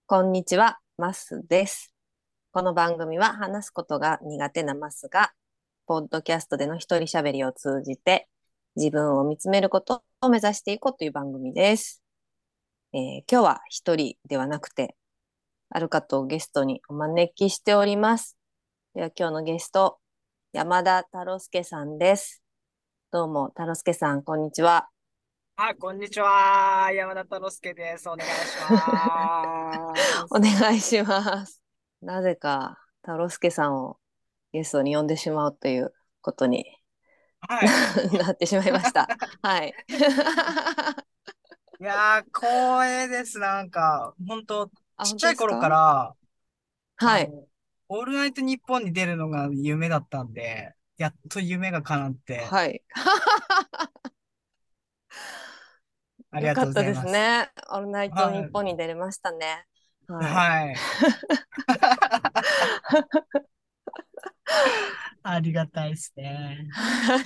こんにちは、マスです。この番組は話すことが苦手なマスが、ポッドキャストでの一人喋りを通じて、自分を見つめることを目指していこうという番組です。今日は一人ではなくて、ある方をゲストにお招きしております。では今日のゲスト、山田太郎介さんです。どうも、太郎介さん、こんにちは。 あ、こんにちは。山田太郎介です。お願いしまおす。 願いします。なぜか、太郎介さんをゲストに呼んでしまうということになはい。 なってしまいました。はい。 いやー、光栄です。本当あ、本ちっちゃい頃か当ですか？ ら、 はい。 オールナイトニッポンに出るのが夢だったんで、やっと夢が叶って、 はい。 ありがとうごよかったでざいます。 すね。オールナイトニッはポンに出れましたね。 い。 はい。 はい。ありがたいですね。 はい。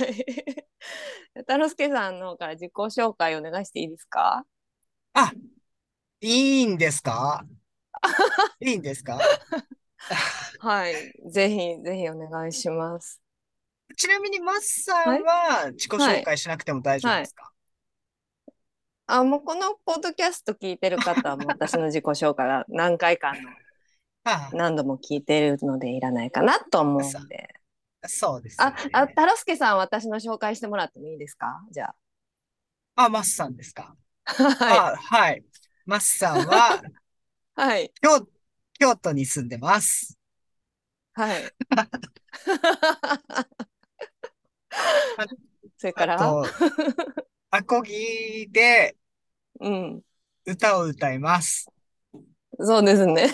太郎介さんの方から自己紹介お願いしていいですか？ あ、いいんですか？いいんですか？ はい。ぜひ、ぜひお願いします。 ちなみに、マスさんはい。 は自己はい。 紹介しなくても大丈夫はい。 ですか？ あ、もうこのポッドキャスト聞いてる方はもう私の自己紹介が何回かあ何度も聞いてるのでいらないかなとあ、 思うんで。 そうですよね。 太郎介さん、私の紹介してもらってもいいですか？じゃあ、マスさんですか？ あ。はい。 あ、はい。マスさんは、 はい。 京、京都に住んでます。 はい。 あ、 それからあと、アコギでうん。 歌を歌います。 そうですね。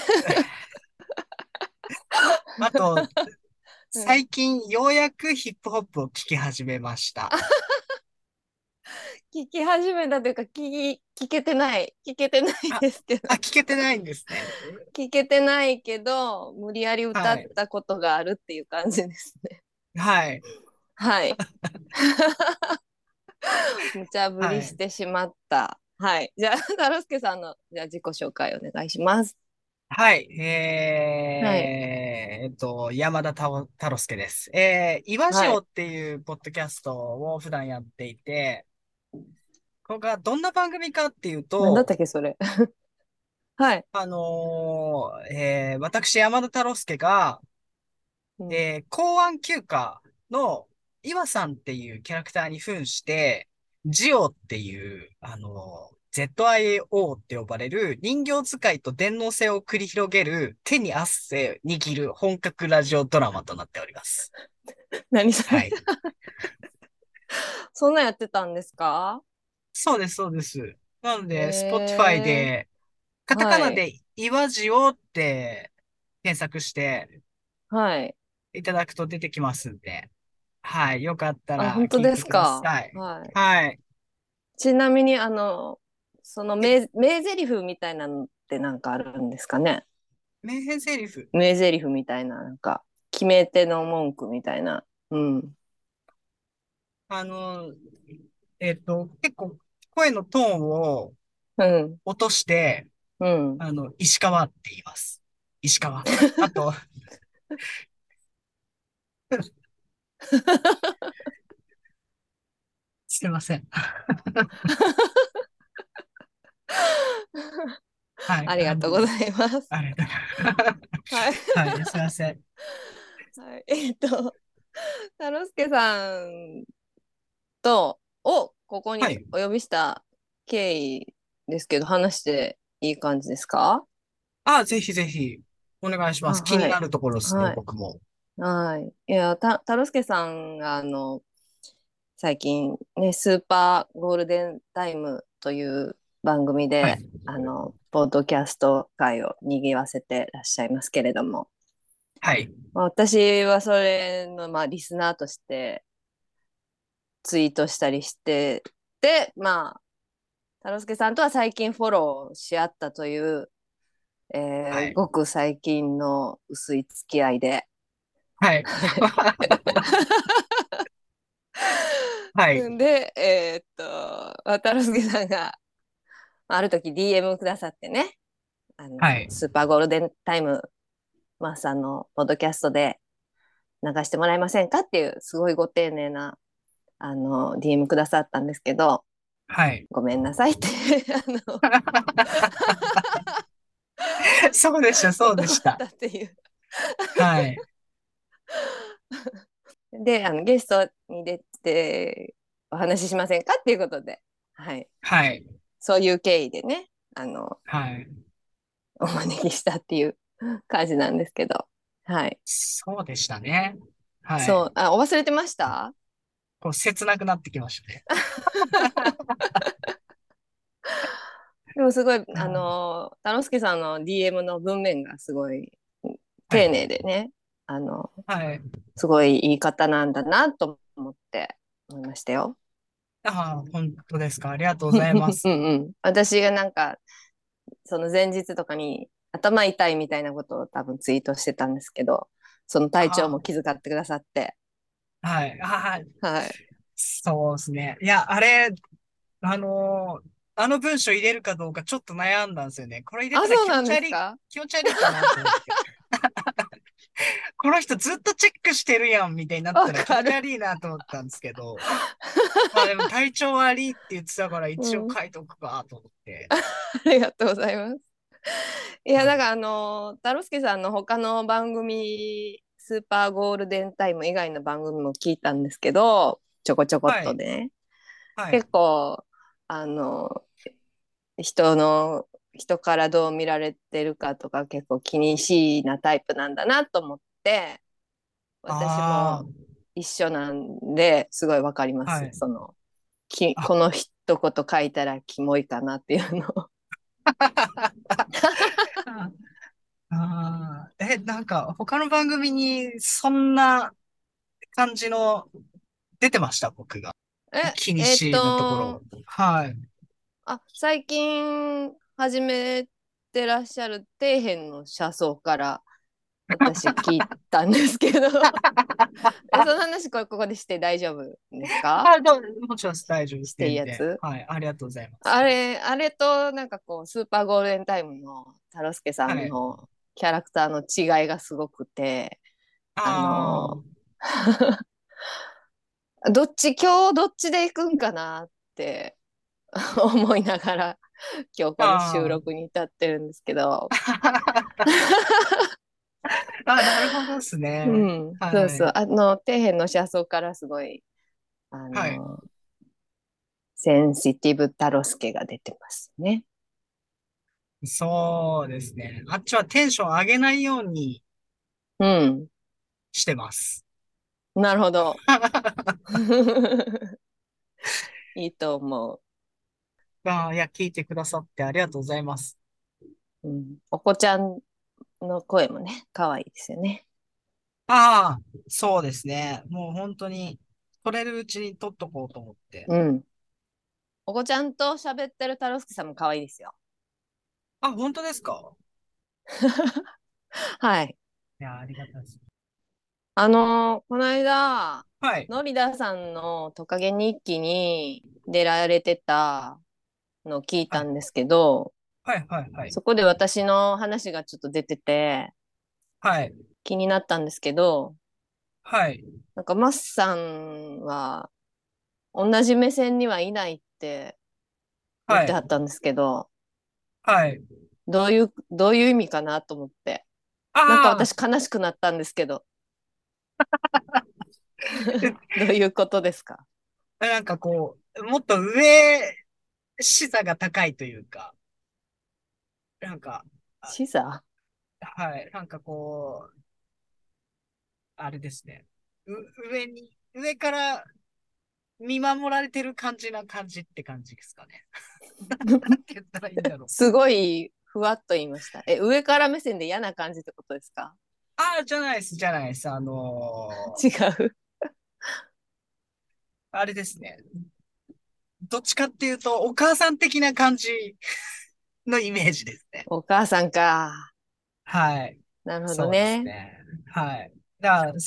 あと、 うん、 最近ようやくヒップホップを聴き始めました。 聞き始めたというか、聞けてない。聞けてないあ、 ですけど。 聞けてないんですね。 聞けてないけど、無理やり歌っはい。 たことがあるっていう感じですね。 はい。 はい。無茶ぶりしはい。 てしまった。はい。じゃあ、太郎介さんの、じゃあ自己紹介お願いします。 はい。 はい。 山田太郎介です。イワジはい。 オっていうポッドキャストを普段やっていて、これがどんな番組かっていうと、 なんだったっけ、それ。はい。 私、山田太郎介が、 うん。 公安休暇の岩さんっていうキャラクターに扮して、ジオっていう、ZIO って呼ばれる人形使いと電脳戦を繰り広げる手に汗握る本格ラジオドラマとなっております。 何それ。 はい。 そんなんやってたんですか？ そうです、そうです。なので、Spotify えで、カタカはい。 ナで岩ジオって検索してはい。 いただくと出てきますんで、はい。よかったあ、 ら本当です聞いてくだか？ さい。 はい。 はい。 ちなみに、そのはい。 名台詞みたいなのってなんかあるんですかね？ 名言セリフ。 名台詞みたいな、なんか、決め手の文句みたいな。うん。 あの、結構声のトーンをうん。 落として、 うん。 石川って言います。石川。あと、すいません。はい。 ありがとうございます。 あれだ。 はい。 はい。すいません。 はい。太郎介さんをここにはい。 お呼びした経緯ですけど、話していい感じですか？ ぜひぜひ、お願いします。気にはい。 なるところですね、 はい。 僕も。 はい。いや、太郎介さんが、最近ね、スーパーゴールデンタイムという番組で、 はい。 ポッドキャスト界を賑わせてらっしゃいますけれども、 はい。 まあ私はそれの、まあ、リスナーとしてツイートしたりしてで、まあ、太郎介さんとは最近フォローし合ったという、 はい。 ごく最近の薄い付き合いで。 はい。はい。 で、太郎介さんがある時 DM くださってね。 はい。 スーパーゴールデンタイム、マースさんのポッドキャストで流してもらえませんかっていう、すごいご丁寧な、DM くださったんですけど、 はい。 ごめんなさいってそうでした、そうでした。 断ったっていう。 はい。 で、ゲストに出てお話ししませんかっていうことで、はい。 はい。 そういう経緯でね、あの、 はい。 お招きしたっていう感じなんですけど、はい。 そうでしたね。はい。 そう、お忘れてました？ こう、切なくなってきましたね。 でもすごい、 あ太郎介さんの DM の文面がすごい丁はい。 寧でね、あの、 はい。 すごいいい方なんだなと思って思いましたよ。 ああ、本当ですか。ありがとうございまうんす。 うん。私がなんか、その前日とかに頭痛いみたいなことを多分ツイートしてたんですけど、その体調もあ気遣ってくださって、 あ、はい。ああ、 はい。 そうですね。いや、あのあの文章入れるかどうかちょっと悩んだんですよね。これ入れあ、 たらそうなんですか？ 気持ち悪いかなと思って。この人ずっとチェックしてるやんみたいになったら気持わかる。 ち悪いなと思ったんですけど、まあでも体調悪いって言ってたから一応うん。 書いとくかと思って。 ありがとうございます。いや、 はい。 だから太郎介さんの他の番組、スーパーゴールデンタイム以外の番組も聞いたんですけど、ちょこちょこっはい。 とね。 はい。 結構、あの、人からどう見られてるかとか結構気にしいなタイプなんだなと思って、私もあ一緒なんですごいわかりまあ、はす。 い。あ、 この一言書いたらキモいかなっていうの。 なんか他の番組にそんな感じの出てました、僕が。 え、 気にしいなところ。はい。 最近始めてらっしゃる底辺の車窓から私聞いたんですけどその話ここでして大丈夫ですか？ あ、もちろん大丈夫です。 していい全然。 やつ？ はい。ありがとうございます。 あれとなんかこう、スーパーゴールデンタイムの太郎介さはい。 んのキャラクターの違いがすごくて、あの、 ああ、 今日どっちで行くんかなって思いながら今日この収あ録に至ってるんですけど、 あ。あ、なるほどですね。 うん、そうそう。 はい。 底辺の車窓からすごい、あはい。 の、センシティブ太郎介が出てますね。 そうですね。あっちはテンション上げないようにうん。 してます。 なるほど。いいと思ああ、いや、聞いてくださってありがとうございます。 う。うん。お子ちゃんの声もね、可愛いですよね。 ああ、そうですね。もう本当に、取れるうちに取っとこうと思って。 うん。お子ちゃんと喋ってる太郎介さんも可愛いですよ。 あ、本当ですか？ はい。 いや、ありがたいです。 この間、 はい。 ノリダさんのトカゲ日記に出られてたのを聞いはい。 たんですけど、 はい、はい、はい。 そこで私の話がちょっと出ててはい。 気になったんですけど、 はい。 なんかマスさんは同じ目線にはいないって言っはい。 てはったんですけど、 はい。 どういう意味かなと思って。なんかあ私悲しくなったんですけど、 あ、 どういうことですか？ なんかこう、もっと上、視座が高いというか、なんか、あ視座？ はい。なんかこう、あれですね。上から見守られてる感じって感じですかね。なんて言ったらいいんだろう。 すごいふわっと言いました。上から目線で嫌な感じってことですか？ ああ、じゃないです、じゃないです。 違う。 あれですね。どっちかっていうと、お母さん的な感じのイメージですね。 お母さんか。 はい。 なるほどそうですね。 ね。はい。だから、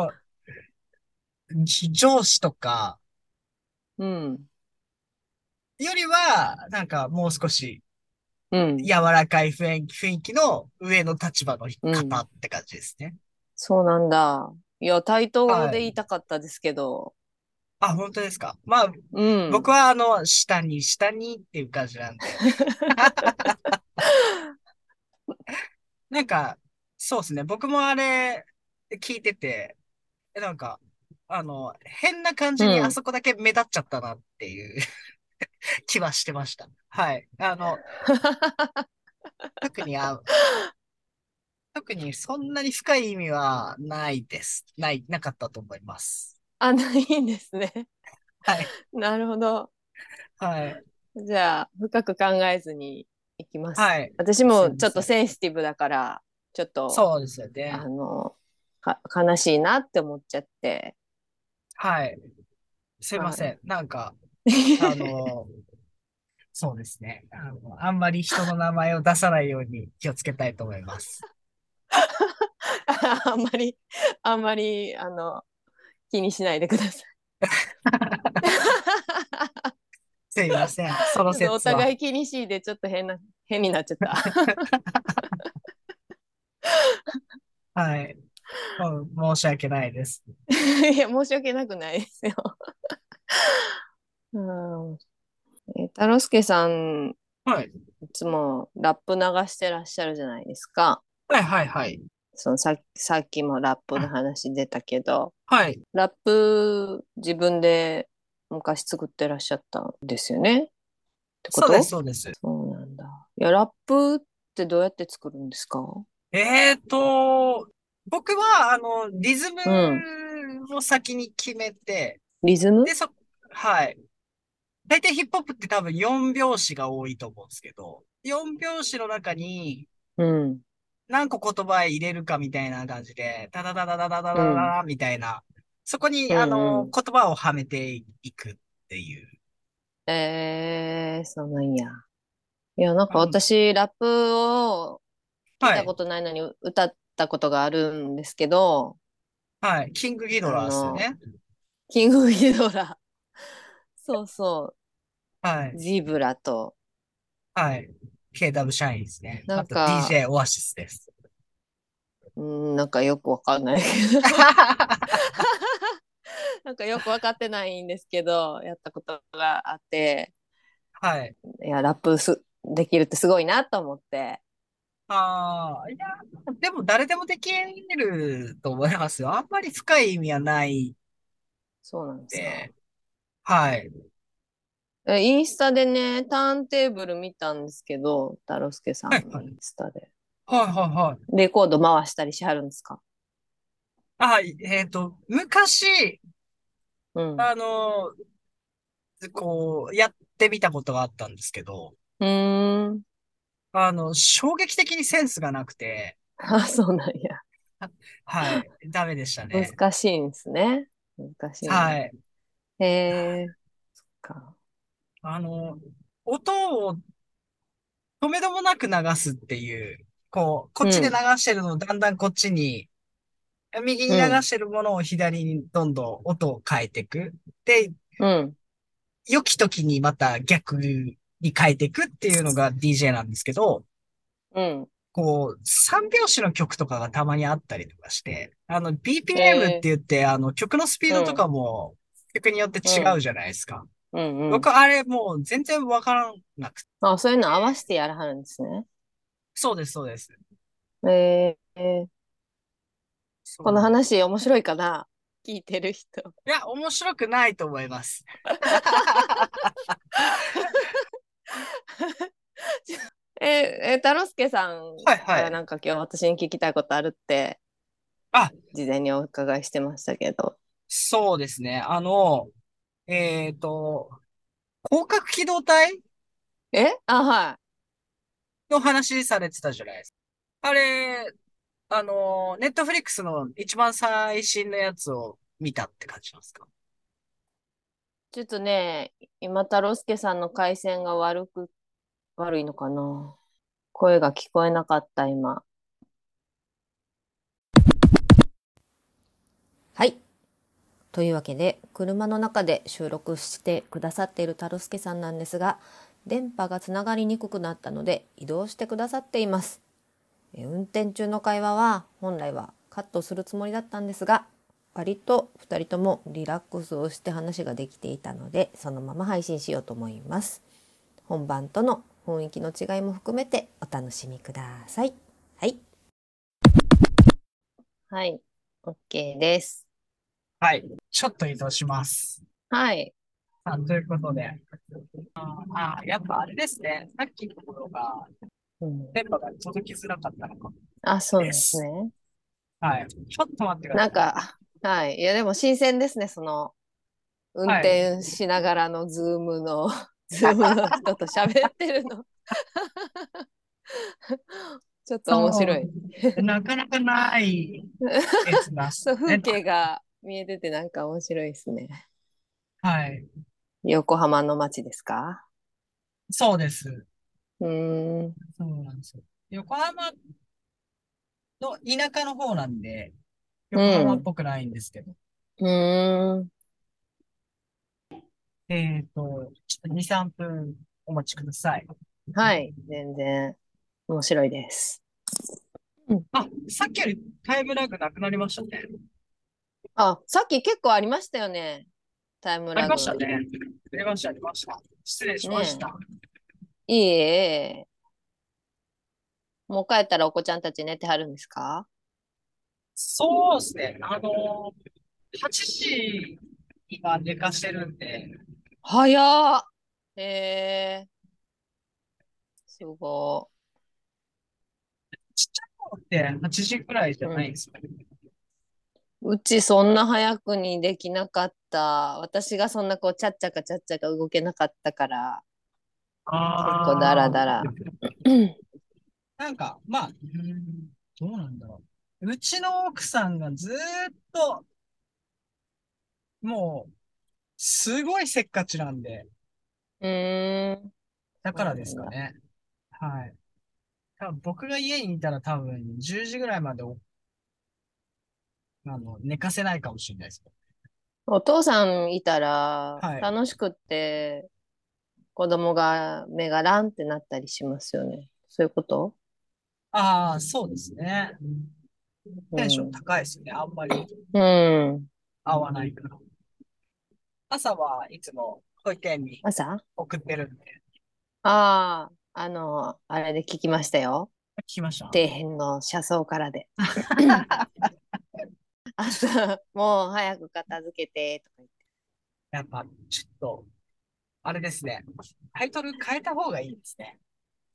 上司とかうん。 よりは、なんかもう少しうん。 柔らかい雰囲気の上の立場のうん。 方って感じですね。 そうなんだ。いや、対等はい。 で言いたかったですけど。 あ、本当ですか。まあ、 うん。 僕は下にっていう感じなんで。なんか、そうですね。僕もあれ、聞いてて、なんか、変な感うじにあん。 そこだけ目立っちゃったなっていう気はしてました。はい。特に、特にそんなに深い意味はないです。なかったと思います。 あ、ないんですね。 はい。 なるほど。 はい。 じゃあ、深く考えずにいきます。 はい。 私すいもちょっとません。 センシティブだから、ちょっと、 そうですよね。 あの、悲しいなって思っちゃって。 はい。すいまはい。 せん。あの、そうですね。あんまり人の名前を出さないように気をつけたいと思います。 あんまり、あんまり、気にしないでください。 すいません。そのちょっとお説は。 互い気にしいで、ちょっと変になっちゃった。 はい。うん、申し訳ないです。 いや、申し訳なくないですよ。うん。太郎介さん、 はい。 いつもラップ流してらっしゃるじゃないですか。 はいはいはい。 さっきもラップの話出たけど、 はい。 ラップ自分で昔作ってらっしゃったんですよね。ってこそうです、 と？ そうです。 そうなんだ。いや、ラップってどうやって作るんですか？ えーと、僕は、リズムうん。 を先に決めて、で、 リズム？ はい。大体ヒップホップって多分4拍子が多いと思うんですけど、4拍子の中にうん。 何個言葉入れるかみたいな感じで、ダダダダダダダダうん。 ダみたいな、そこに、 うんうん。 言葉をはめていくっていう。 そうなんや。いや、なんかあの、 私、ラップを聞いはい。 たことないのに歌ったことがあるんですけど、 はい。キングギドあラーですよの、 ね。 キングギドラ。そうそはい。 う。ジブラと、 はい。KW シャインですね。 なんあとか、 DJ オアシスです。 なんかよくわかんないけどなんかよくわかってないんですけど、やったことがあって、 はい。 いや、ラップできるってすごいなと思って。 ああ、いや、でも誰でもできると思いますよ。あんまり深い意味はないそうなんですか。 で、はい。 インスタでね、ターンテーブル見たんですけど、太郎介さはい、 んのインはい。 スタで。 はい、はい、はい。 レコード回したりしはるんですか？ 昔、 うん。 あの、やってみたことがあったんですけど、 うーん。 衝撃的にセンスがなくて、 あ、そうなんや。 はい、ダメでしたね。 難しいんですね。難しいんや。 はい。 へえ、そっか。 あの、音を止めどもなく流すっていう、こっちで流うん。 してるのをだんだんこっちに、右に流うん。 してるものを左にどんどん音を変えていく。で、 うん。 良き時にまた逆に変えていくっていうのが DJ なんですけど、 うん。 三拍子の曲とかがたまにあったりとかして、 へ BPM ってえ、 言って、曲のスピードとかうん。 も曲によってうん。 違うじゃないですか。 うん。うん。 僕、あれもう全然わからなくあ、そういうの合わせて、 てやらはるんですね。 そうです、そうです。 このそう。 話面白いかな？聞いてる人。 いや、面白くないと思います。 太郎介さんはい、はい。 からなんか今日私に聞きたいことあるってあ、 事前にお伺いしてましたけど。 そうですね。えっと、広角機動隊あ、はの話されてたじゃないですか。あれ、ネットフリックスの一番最新のやつを見たって感じなんですか？ い。ちょっとね、今太郎介さんの回線が悪いのかな。声が聞こえなかった、今。はい。というわけで、車の中で収録してくださっている太郎介さんなんですが、 電波がつながりにくくなったので移動してくださっています。運転中の会話は本来はカットするつもりだったんですが、割と2人ともリラックスをして話ができていたので、そのまま配信しようと思います。本番との雰囲気の違いも含めてお楽しみください。はい。はい。OK です。 はい。ちょっと移動します。 はい。 ということで。やっぱあれですね。さっきのところが、 うん、 電波が届きづらかったのかあ、そうなんですです。 ね。 はい。ちょっと待ってください。 なんか、はい。いや、でも新鮮ですね。運はい。 転しながらのズームの人と喋ってるの。ちょっと面そ白い。 う。なかなかないですなそう、風ね。 景が見えててなんか面白いですね。 はい。 横浜の街ですか？ そうです。 うーん。 そうなんですよ。横浜の田舎の方なんで、 う横浜っん。 ぽくないんですけど。 うーん。 ちょっと2、3分お待ちください。 はい。全然面白いです。うん。 あ、さっきよりタイムラグなくなりましたね。 あ、さっき結構ありましたよね。タイムありラグ。 ましたね。ありました、ありました。失礼しましねた。 え。いいえ。もう帰ったらお子ちゃんたち寝てはるんですか？ そうですね。8時今寝かしてるんで、 早っ。へえ。すごちっちゃい頃って8時くらいじい。 ゃうん。 ないんですよ。 うちそんな早くにできなかった。私がそんなこう、ちゃっちゃかちゃっちゃか動けなかったから、結構ダラああ、 ダラ。 なんか、まあ、どうなんだろう。うちの奥さんがずーっと、もう、すごいせっかちなんで、 うーん。 だからでそうなんだ。 すかね。はい。多分僕が家にいたら多分10時ぐらいまで寝かせないかもしれないです。 お父さんいたらはい。 楽しくって子供が目がランってなったりしますよね。そういうこと？ ああ、そうですね。テンションうん。 高いですよね。あんまりうん。 合わないから。朝はいつも保育園に朝、 送ってるんで。 ああ、あれで聞きましたよ。 聞きました？ 底辺の車窓からで。朝、もう早く片付けて、とか言って。 やっぱ、ちょっと、あれですね。タイトル変えた方がいいですね。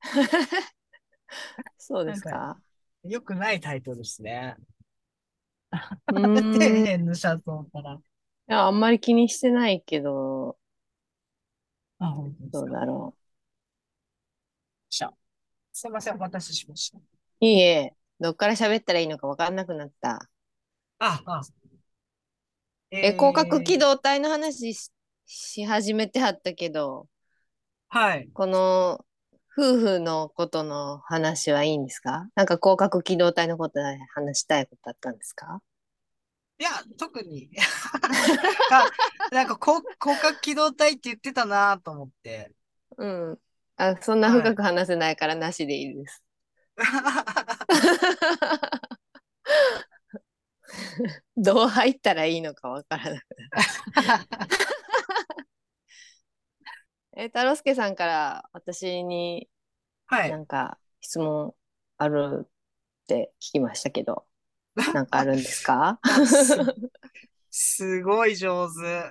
そうでなんか、 すか？ 良くないタイトルですね。 う底ーん。い辺の車窓から。 や、あんまり気にしてないけど、 あ、本当ですどうか。 だろすいません、お待たせしました。 う。いいえ、どっから喋ったらいいのか分かんなくなった。 あ、あ、 広角機えー、 動隊の話し始めてはったけど、 はい。 この夫婦のことの話はいいんですか？なんか広角機動隊のことで話したいことあったんですか？ いや、特にあ、なんか広角機動隊って言ってたなと思って。 うん。あ、そんなはい。 深く話せないからなしでいいです。どう入ったらいいのかわからない。太郎介さんから私にはい。 なんか質問あるって聞きましたけど、なんかあるんですか？ あ、すごい上手。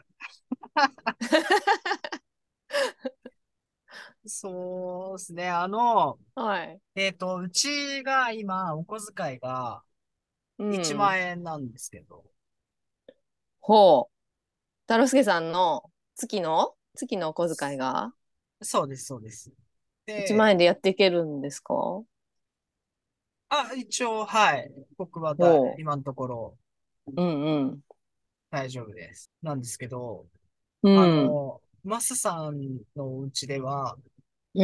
そうですね。 はい。 うちが今、お小遣いがう 1 ん。 万円なんですけど。 ほう。太郎介さんの月のお小遣いがそうです、そうです。 1万で、 円でやっていけるんですか？ 一応、はい。僕はほ今のところう。うんうん。 大丈夫です。なんですけど、 うん。 マスさんのお家ではうん。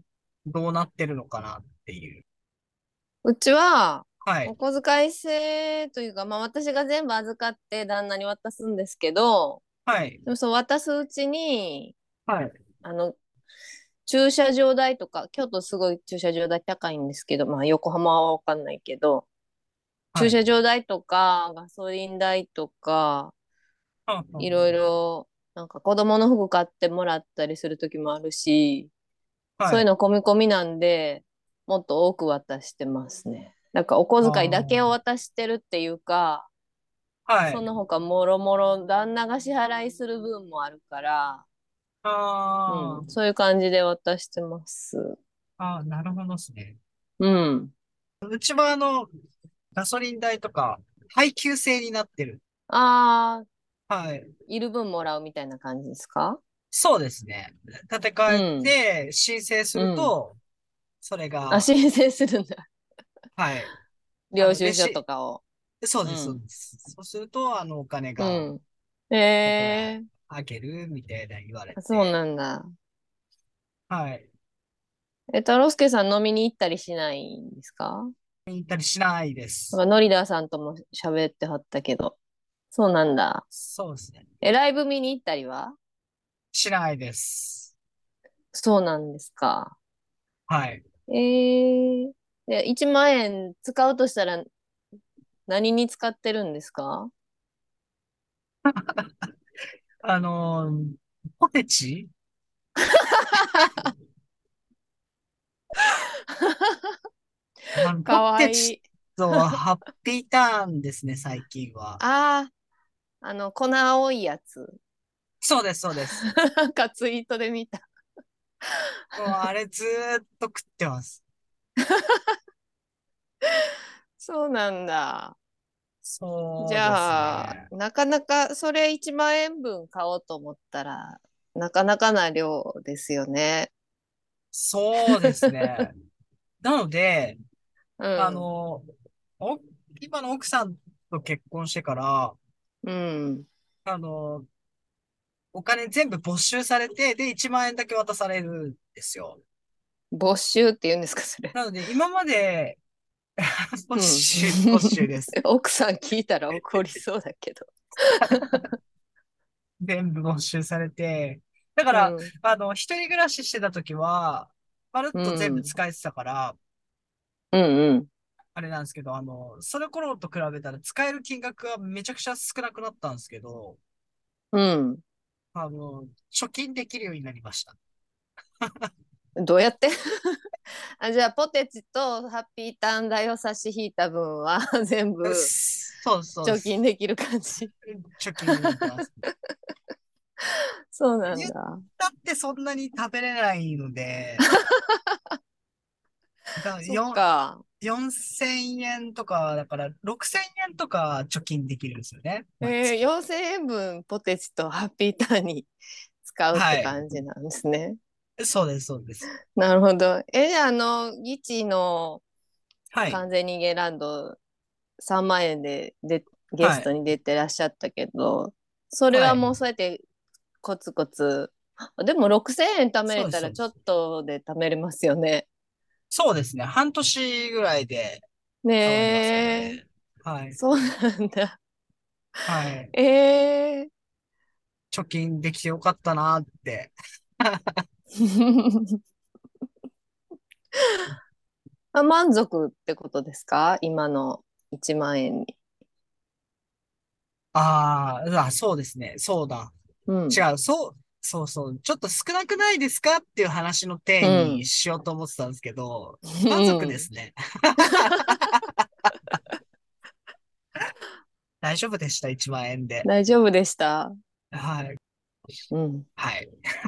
どうなってるのかなっていう。 うちは、 はい。 お小遣い制というか、まあ私が全部預かって旦那に渡すんですけど、 はい。 でもそう渡すうちに、 はい。 あの、 駐車場代とか、京都すごい駐車場代高いんですけど、まあ横浜はわかんないけど、駐はい。 車場代とか、ガソリン代とか、 はんはんいろいろ、なんか子供の服買ってもらったりする時もあるし、 はい。 そういうの込み込みなんで、もっと多く渡してますね。なんかおあ小遣いだけをあ、 渡してるっていうか、 はい。 その他もろもろ旦那が支払いする分もあるから、うん、 あそういう感じで渡してます。 あ、ああ、なるほどですね。 うん。 うちはガソリン代とか、配給制になってる。 ああ、 はい。 いる分もらうみたいな感じですか？ そうですね。立てう替えん、 て申請すうん。 ると、それあ、 が、 申請するんだ。 はい。 領収書とレシ、 かを。 そうです、そううん、 です。そうすると、お金うが、 ん。 いくらええあげるみたいな言われそうて、 なんだ。 はい。 太郎介さん飲みに行ったりしないんですか？ 行ったりしないです。 なんかノリダーさんとも喋ってはったけど。そうなんだ。 そうですね。 ライブ見に行ったりは？ しないです。 そうなんですか。 はい。 1万円使うとしたら何に使ってるんですか？ ポテチポかわテチいい。 とハッピーターンですね、最近は。 ああ、粉多いやつ。 そうです、そうです。 なんかツイートで見た。 もうあれずーっと食ってます。 そうなんだ。じそうですゃあ、 ね。 なかなかそれ1万円分買おうと思ったら、なかなかな量ですよね。 そうですね。なので、 うあん。 の、お、今の奥さんと結婚してから、 うん。 あの、お金全部没収されて、で、1万円だけ渡されるんですよ。 没収って言うんですか、それ。 なので、今まで、没うん。 収、没収です。 奥さん聞いたら怒りそうだけど。 全部没収されて、だかうら、 ん。 一人暮らししてた時は、まるっうと全部ん。 使えてたから、 うんうん。 あれなんですけど、その頃と比べたら使える金額はめちゃくちゃ少なくなったんですけど、 うん。 貯金できるようになりました。 どうやってあ、じゃあ、ポテチとハッピーターン代を差し引いた分は全部そうです、そうで貯金す。 できる感じ。 貯金になってます。 そうなん言っだ。 たってそんなに食べれないので、だそっ 4、 か。 4000円とか、だから6000円とか貯金できるんですよね。毎月。 4000円分ポテチとハッピーターンに使うってはい。 感じなんですね。 そうです、そうです。 なるほど。じゃあ、ギチのはい。 完全人間ランド3万円でゲはい。 ストに出てらっしゃったけど、それはい。 はもうそうやってコツコツ、でも6000円貯めそうです、 れたらちょっそうです。 とで貯めれますよね。 そうですね。半年ぐらいでね貯まりますからえ、 ね。はい。 そうなんだ。 はい。 ええ貯金できてよかったなって。 満足ってことですか？今の1万円に。 そうですね。そうだ。 うん。 違う、そうそう。ちょっと少なくないですかっていう話の体にうん。 しようと思ってたんですけど、満足うん。 ですね。大丈夫でした、1万円で。 大丈夫でした？ はい。 うん。 はい。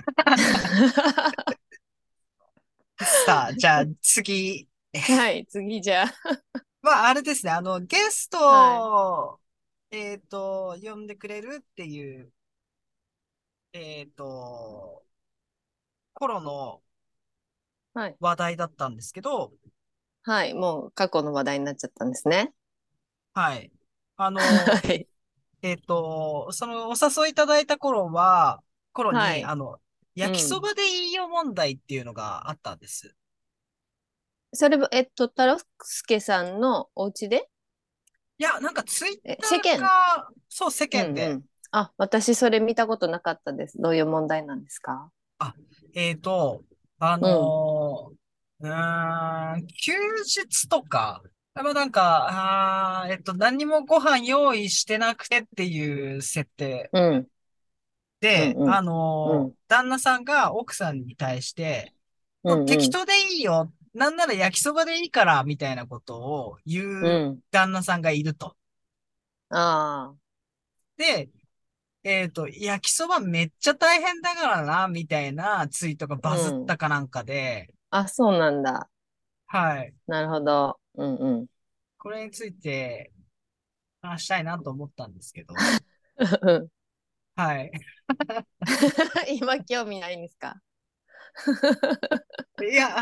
さあ、じゃあ次。 はい、次じゃあ。 まあ、あれですね。ゲスはい。 トを、呼んでくれるっていう、えっと、頃のはい。 話題だったんですけど、 はい。もう過去の話題になっちゃったんですね。 はい。あはの、 い。 そのお誘いいただいた頃に、 はい。う焼きそん。 ばでいいよ問題っていうのがあったんです。 それも、太郎介さんのお家でいや、なんかツイッター世間。 か、そう、世間で、 うんうん。あ、私それ見たことなかったです。どういう問題なんですか？ あ、えっと、 あうん、 の休日とか、まあなんか、何にもご飯用意してなくてっていう設定うん、うん、 で、 うん、うん、 旦那さんが奥さんに対して、 うん、うん、 もう適当でいいよ。なんなら焼きそばでいいから、みたいなことを言ううん。 旦那さんがいると。 あで、焼きそばめっちゃ大変だからな、みたいなツイートがあ、 バズっうん。 たかなんかで、 あ、そうなんだ。 はい。 なるほど。うん、うん。 これについて話したいなと思ったんですけど、はい。 今興味ないんですか？ いや、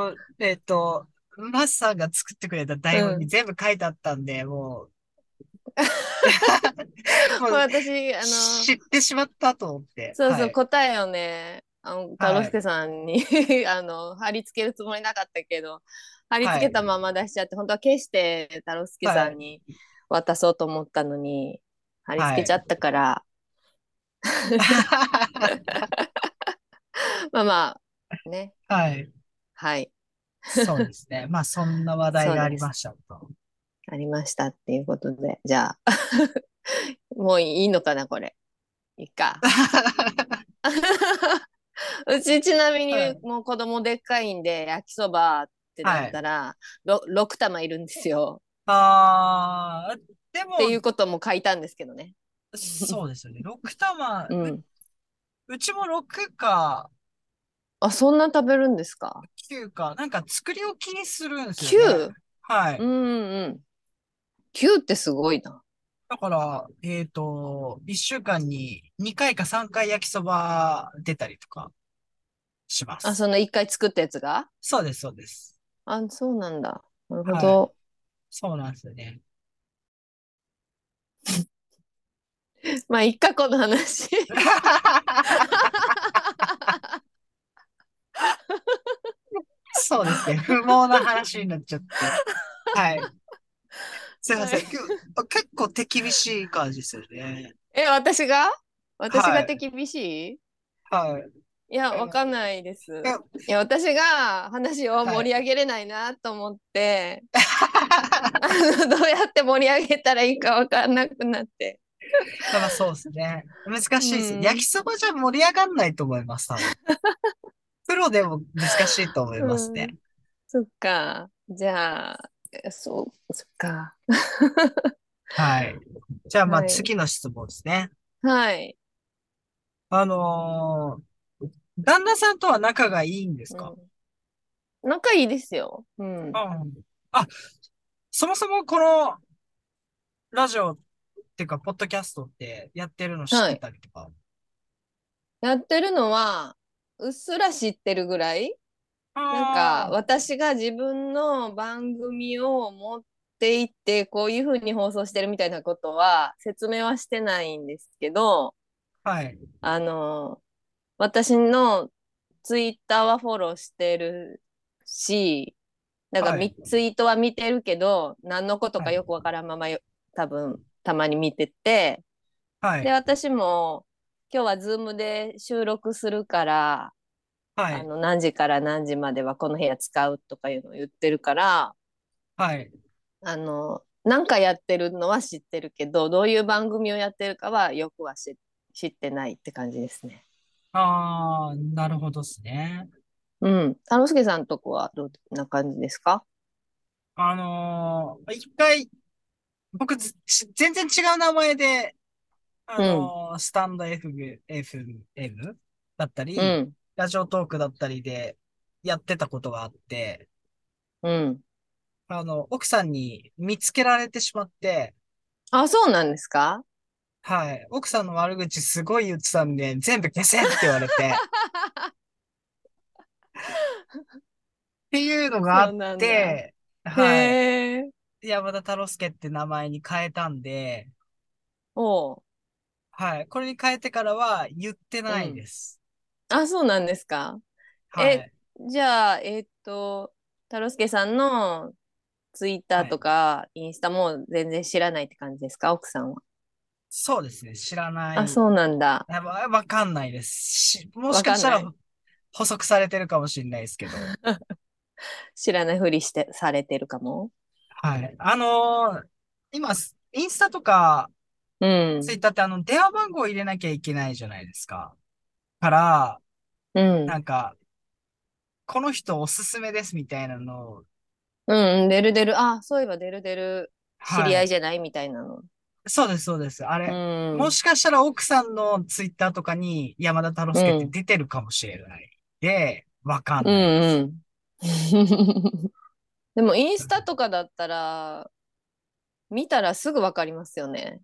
マスさんが作ってくれた台本にうん。 全部書いてあったんで、もう、もう、 私、 知ってしまったと思って、 そうそう、 はい。 答えをね、太郎はい。 介さんに貼り付けるつもりなかったけど、貼りはい。 付けたまま出しちゃって、本当は消して太郎介はい。 さんに渡そうと思ったのに、貼り付はい。 けちゃったから、まあまあ、ね。 はい。 はい。 そうですね。まあ、そんな話題がありまそうです。 したと。 ありましたっていうことで、じゃあ、もういいのかな、これ。いいか。うちちなみにはい。 もう子供でっかいんで、焼きそばってなはい。 ったら、6玉いるんですよ。 でっていも、 うことも書いたんですけどね。 そうですよね。6玉、 うん。 うちも6かあ、そんな食べるんですか？ 9か、なんか作り置きにするんですよね。 9？ はい。 うんうん。9ってすごいな。 だから、1週間に2回か3回焼きそば出たりとかしまあ、 す。 その1回作ったやつが。 そうです、そうです。 あ、そうなんだ。なるほはい。 ど。 そうなんですよね。 まあ、一過去の話。 そうですね。不毛な話になっちゃって。はい。すいまはい。 せん。今日、結構手厳しい感じですよね。 私が手はい。 厳しい？ はい。 いや、わかんえないです。 えいや、私が話をはい。 盛り上げれないなと思って、どうやって盛り上げたらいいかわかんなくなって。 まあそうですね。難うしいです。焼きん。 そばじゃ盛り上がんないと思います、多分。プロでも難しいと思いますね。 うん。そっか。じゃあ、そっか。 はい。じゃあまあはい。 次の質問ですね。 はい。 あの旦那さんとは仲がいいんですか？ うん。仲いいですよ。うん。 うん。あ、そもそもこのラジオっていうか、ポッドキャストってやってるの知ってはい。 たりとか。 やってるのは、うっすら知ってるぐらい。なんかあ私が自分の番組を持っていってこういうふうに放送してるみたいなことは説明はしてないんですけど、 あ、はい、 あの私のツイッターはフォローしてるし、だからはい、 ツイートは見てるけど何のことはい、 かよくわからんまま多分たまに見てて、ではい、 私も今日はズームで収録するからはい、 何時から何時まではこの部屋使うとかいうのを言ってるから、 はい。 なんかやってるのは知ってるけど、どういう番組をやってるかはよくは知ってないって感じですね。 ああ、なるほどですね。 うん。田之助さんとこはどんな感じですか？ 一回、僕全然違う名前で、 うん。 スタンド FM だったうり、 ん。 ラジオトークだったりでやってたことがあって、 うん。 奥さんに見つけられてしまって、 あ、そうなんですか？ はい。奥さんの悪口すごい言ってたんで、全部消せって言われて、っていうのがあっそうなんだ。 て、 へはい。 え。 山田太郎介って名前に変えたんで、 おう。 はい。これに変えてからは言ってないうん。 です。 あ、そうなんですか？え、 はい。 じゃあ、太郎介さんのツイッターとはい。 かインスタも全然知らないって感じですか、奥さんは？ そうですね。知らなあ、 い。 そうなんだ。 わかんないです。もしかしたら、 わかんない。 補足されてるかもしれないですけど。 知らないふりしてされてるかも。 はい。今、インスタとか、 うん。 ツイッターって電話番号を入れなきゃいけないじゃないですか。から、 うん。 なんか、この人おすすめですみたいなのを、 うん、デルデル。あ、そういえばデルデル知りはい。 合いじゃないみたいなの。 そうです、そうです。あうれ、もん。 しかしたら奥さんのツイッターとかに山田太郎介ってうん。 出てるかもしれない。で、わかんうないです。 んうん。でもインスタとかだったら、見たらすぐわかりますよね。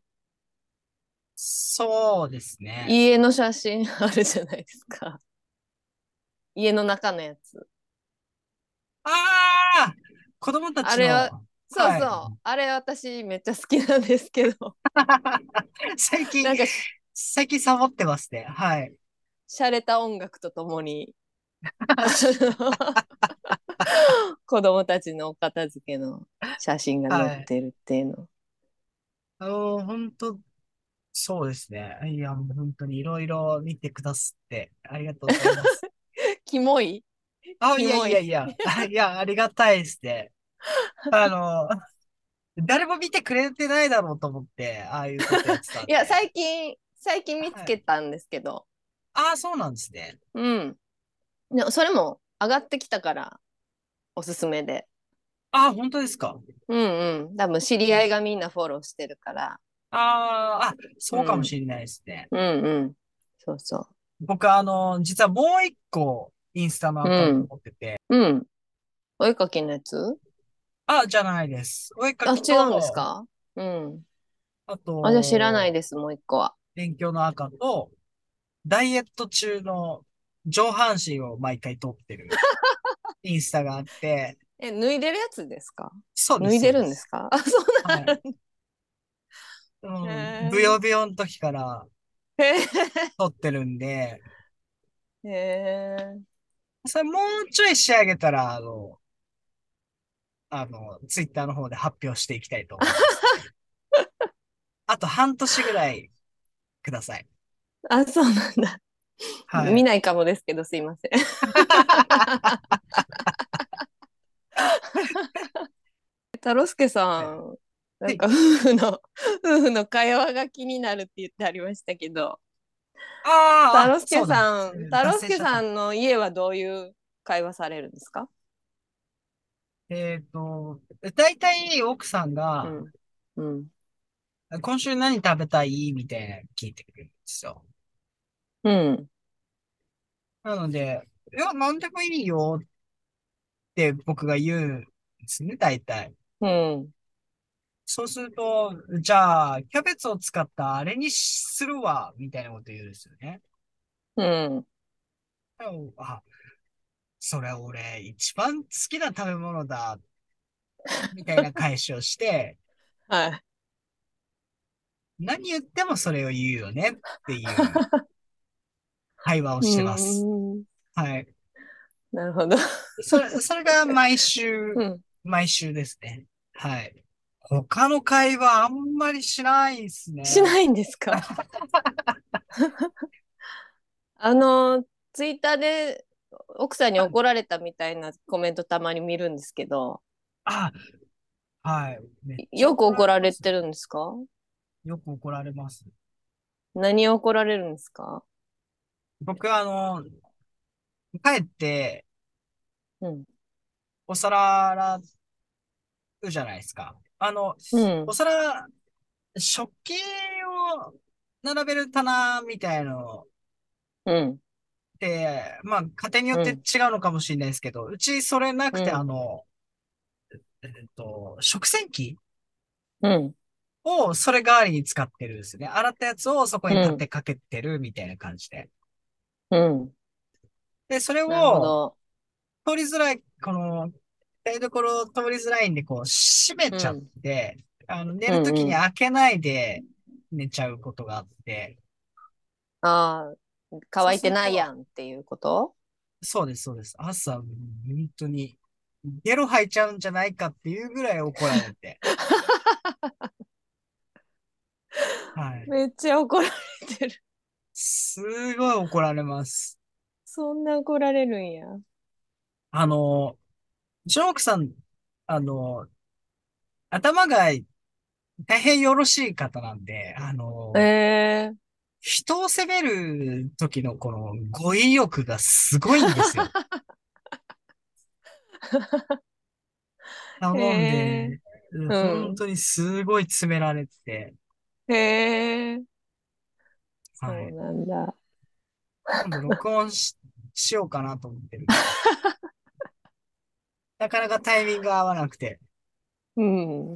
そうですね。 家の写真あるじゃないですか。家の中のやつ。 ああ子供たあれは、 ちの、 そうはい。 そう。あれ私めっちゃ好きなんですけど。 最近、 なんか最近サボってますね。はい。 洒落た音楽とともに、あの子供たちのお片付けの写真が載っはい。 てるっていうの。 本当そうですね。いや、もう本当にいろいろ見てくださってありがとうございます。 キモいあ、いやいキモい。 やいや、いや、ありがたいですね。あの、誰も見てくれてないだろうと思って、ああいうことやってたんいや、 で。 最近見つはい。 けたんですけど、 ああ、そうなんですね。 うん。でもそれも上がってきたからおすすめで。 ああ、本当ですか。 うんうん。多分知り合いがみんなフォローしてるから。 そうかもうん。 しれないですね。 うんうん。そうそ僕、実はもう一個、インスタのう。 アカウントうん。 持ってて、 うん。お絵かきのやつ。 じゃないです。お絵かあ、 き違うんですと、 か？うん。 ああ、じゃあ知らないと、 です、もう一個は。 勉強の赤と、ダイエット中の上半身を毎回撮ってるインスタがあって、 え、脱いでるやつですか？ そうです、 脱いでそうです。 るんですか？あ、そうはい。 なんへブヨーブヨの時からへ撮ってるんで、 ーへーそれもうちょい仕上げたら、ツイッターの方で発表していきたいと思いますね。あと半年ぐらいください。 あ、そうなんだ。 はい。 見ないかもですけど、すいません。太郎介はい。 さん、なんかはい。 夫婦の会話が気になるって言ってありましたけど、 そうだ。 太郎介脱線しちゃった。 さんの家はどういう会話されるんですか？ 大体奥さんが、 うん。うん。 今週何食べたいみたいなの聞いてくるんですよ。 うん。 なので、いや、何でもいいよって僕が言うんですね、大体。 うん。 そうすると、じゃあ、キャベツを使ったあれにするわ、みたいなこと言うんですよね。 うん。 でもそれ俺一番好きな食べ物だ、みたいな返しをして、 はい。 何言ってもそれを言うよねっていう会話をうしてます。 ーん。 はい。 なるほど。 それがうん。 毎週ですね。はい。他の会話あんまりしないですね。 しないんですか？あの、ツイッターで奥さんにあ、 怒られたみたいなコメントたまに見るんですけど、 あはい。めっちゃよく怒ら怒られますね。 れてるんですか？ よく怒られます。 何を怒られるんですか？ 僕帰ってうん。 お皿洗うじゃないですか。 うおん。 皿、食器を並べる棚みたいのうん。 って、まあ、家庭によって違うん。 うのかもしれないですけど、うちそれなくて、 うん。 食洗機うん。 をそれ代わりに使ってるんですね。洗ったやつをそこにうん。 立てかけてるみたいな感じで。 うん。 で、それなるほをど。 通りづらい、台所通りづらいんで、こう、閉めちゃっうん。 て、寝うるときにんうん。 開けないで寝ちゃうことがあって、 ああ、 そう乾いてないやすると、 んっていうこと？ そうです、そうです。朝、本当に、ゲロ吐いちゃうんじゃないかっていうぐらい怒られて。はい。 めっちゃ怒られてる。 すごい怒られます。 そんな怒られるんや。 あの、うちの奥さん、あの、頭が大変よろしい方なんで、 ええ人を責める時のこの語彙力がすごいんですよ。なへもんえ、 で、 うん。 本当にすごい詰められてて、 へえ、そうはい。 なんだ。 今度しようかなと思ってるんです。なかなかタイミングが合わなくて、 うん。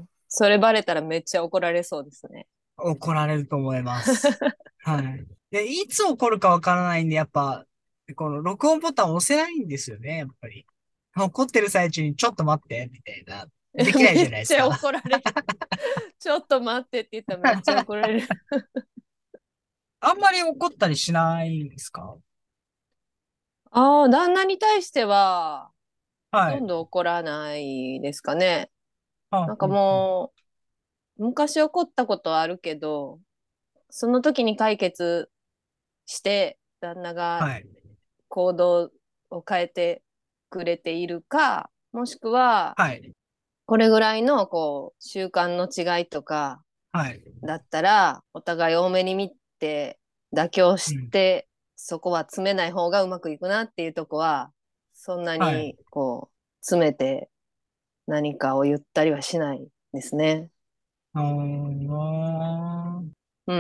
それバレたらめっちゃ怒られそうですね。 怒られると思います。はい。で、いつ怒るかわからないんで、やっぱ、この録音ボタン押せないんですよね、やっぱり。怒ってる最中にちょっと待って、みたいな。できないじゃめっちゃないですか。 怒られる。ちょっと待ってって言ったらめっちゃ怒られる。 あんまり怒ったりしないんですか？ ああ、旦那に対しては、ほはい。 とんど怒らないですかね。 はなんかもう、昔起こったことはあるけど、その時に解決して、旦那がはい。 行動を変えてくれているか、もしくは、 はい。 これぐらいのこう習慣の違いとかはい。 だったら、お互い多めに見て、妥協うん。 して、そこは詰めない方がうまくいくなっていうとこは、そんなはい。 にこう、詰めて何かを言ったりはしないですね。 あーうん。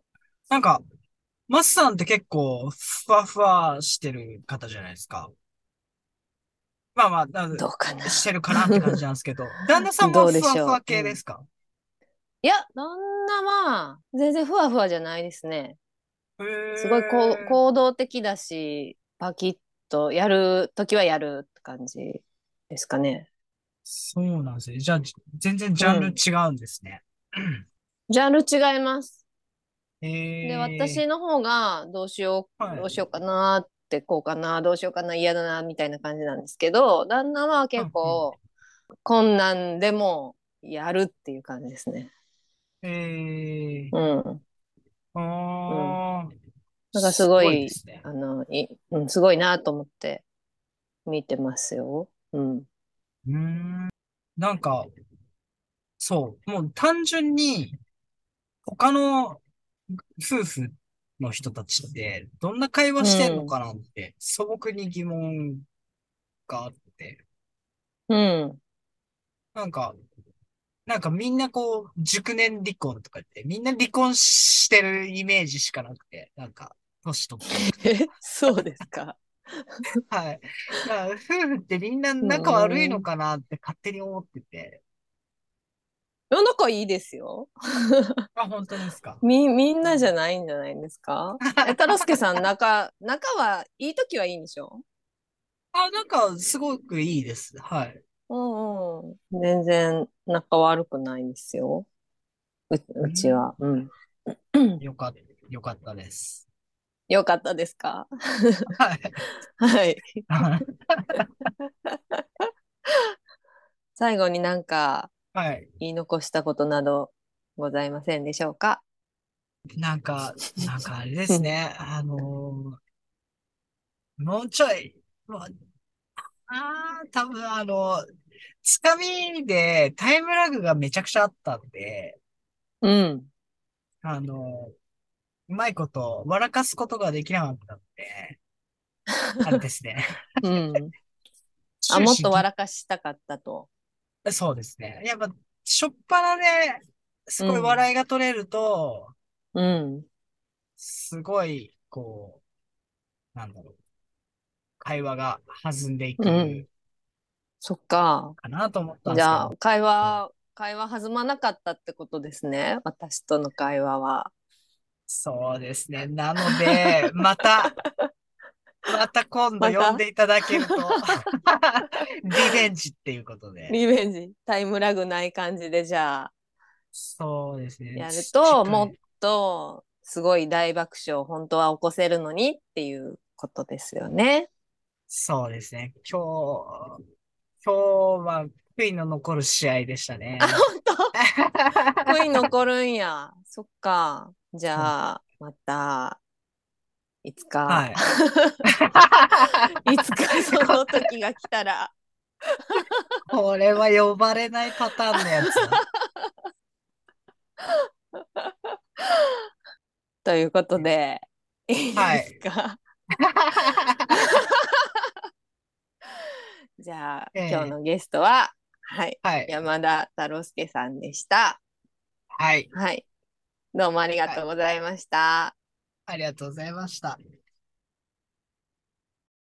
なんか、マスさんって結構、ふわふわしてる方じゃないですか。まあまあ、 どうかしてな。 るかなって感じなんですけど、旦那さんもどうでふわふわしょう。うん。 系ですか？ いや、旦那は全然ふわふわじゃないですね。 へすごいえ、 行動的だし、パキッとやるときはやるって感じですかね。 そうなんですね。じゃあ、全然ジャンルうん。 違うんですね。 ジャンル違います。で、 ええ、 私の方がはい。 どうしようかなって、こうかな、どうしようかな、嫌だな、みたいな感じなんですけど、旦那はうんうん。 結構困難でもやるっていう感じですね。 ええ、 うん。うん。 ああ、 なんかすすごいでごい、 すね。 うん、すごいなと思って見てますよ。うん。 うーん。なんか、そう、もう単純に、他の夫婦の人たちって、どんな会話うしてんのん。 かなって、素朴に疑問があって、 うん。 なんか、みんなこう、熟年離婚とか言って、みんな離婚してるイメージしかなくて、年取っていくと。 そうですか。 はい。夫婦ってみんなう仲悪いのん。 かなって勝手に思ってて。 仲いいですよ。 あ、本当ですか？ みんなじゃうん。 ないんじゃないんですか？太郎介さん、仲はいい時はいいんでしょ？ あ、すごくいいです。はい。 うんうん。全然仲悪くないですよ。うちうん。 は。うん。 よかった、よかったです。 よかったですか？ はい。 はい。最後になんかはい。 言い残したことなどございませんでしょうか？ あれでうん。 すね。もうちょい、多分つかみでタイムラグがめちゃくちゃあったんで、 うん。 あの、うまいこと笑かすことができなかったんで、あれですね。 うん。あ、もっと終始笑かしたかったと。 そうですね。やっぱ、しょっぱなですごいうん。 笑いが取れると、 うん。 すごい、こう、会話が弾んでいうん。 くそっか。 かなと思ったんですけど、 じゃあ、会話弾まなかったってことですね。私との会話は。 そうですね。なので、また今度また呼んでいただけるとリベンジっていうことで。 リベンジ、タイムラグない感じで、じゃあ、 そうですね。 やると、もっ次回。 と、すごい大爆笑、本当は起こせるのにっていうことですよね。 そうですね。今日は悔いの残る試合でしたあ、 ね。 本当悔い残るんや。そっか。じそうゃあ、また。 いつか、 はい。 いつかその時が来たら。 これは呼ばれないパターンのやつだ。 ということで、いいですはい。 か？じゃあ、今日ええ、 のゲストは、はい、 はい。 山田太郎介さんでした。 はい。 はい、どうもありがはい。 とうございました。 ありがとうございました。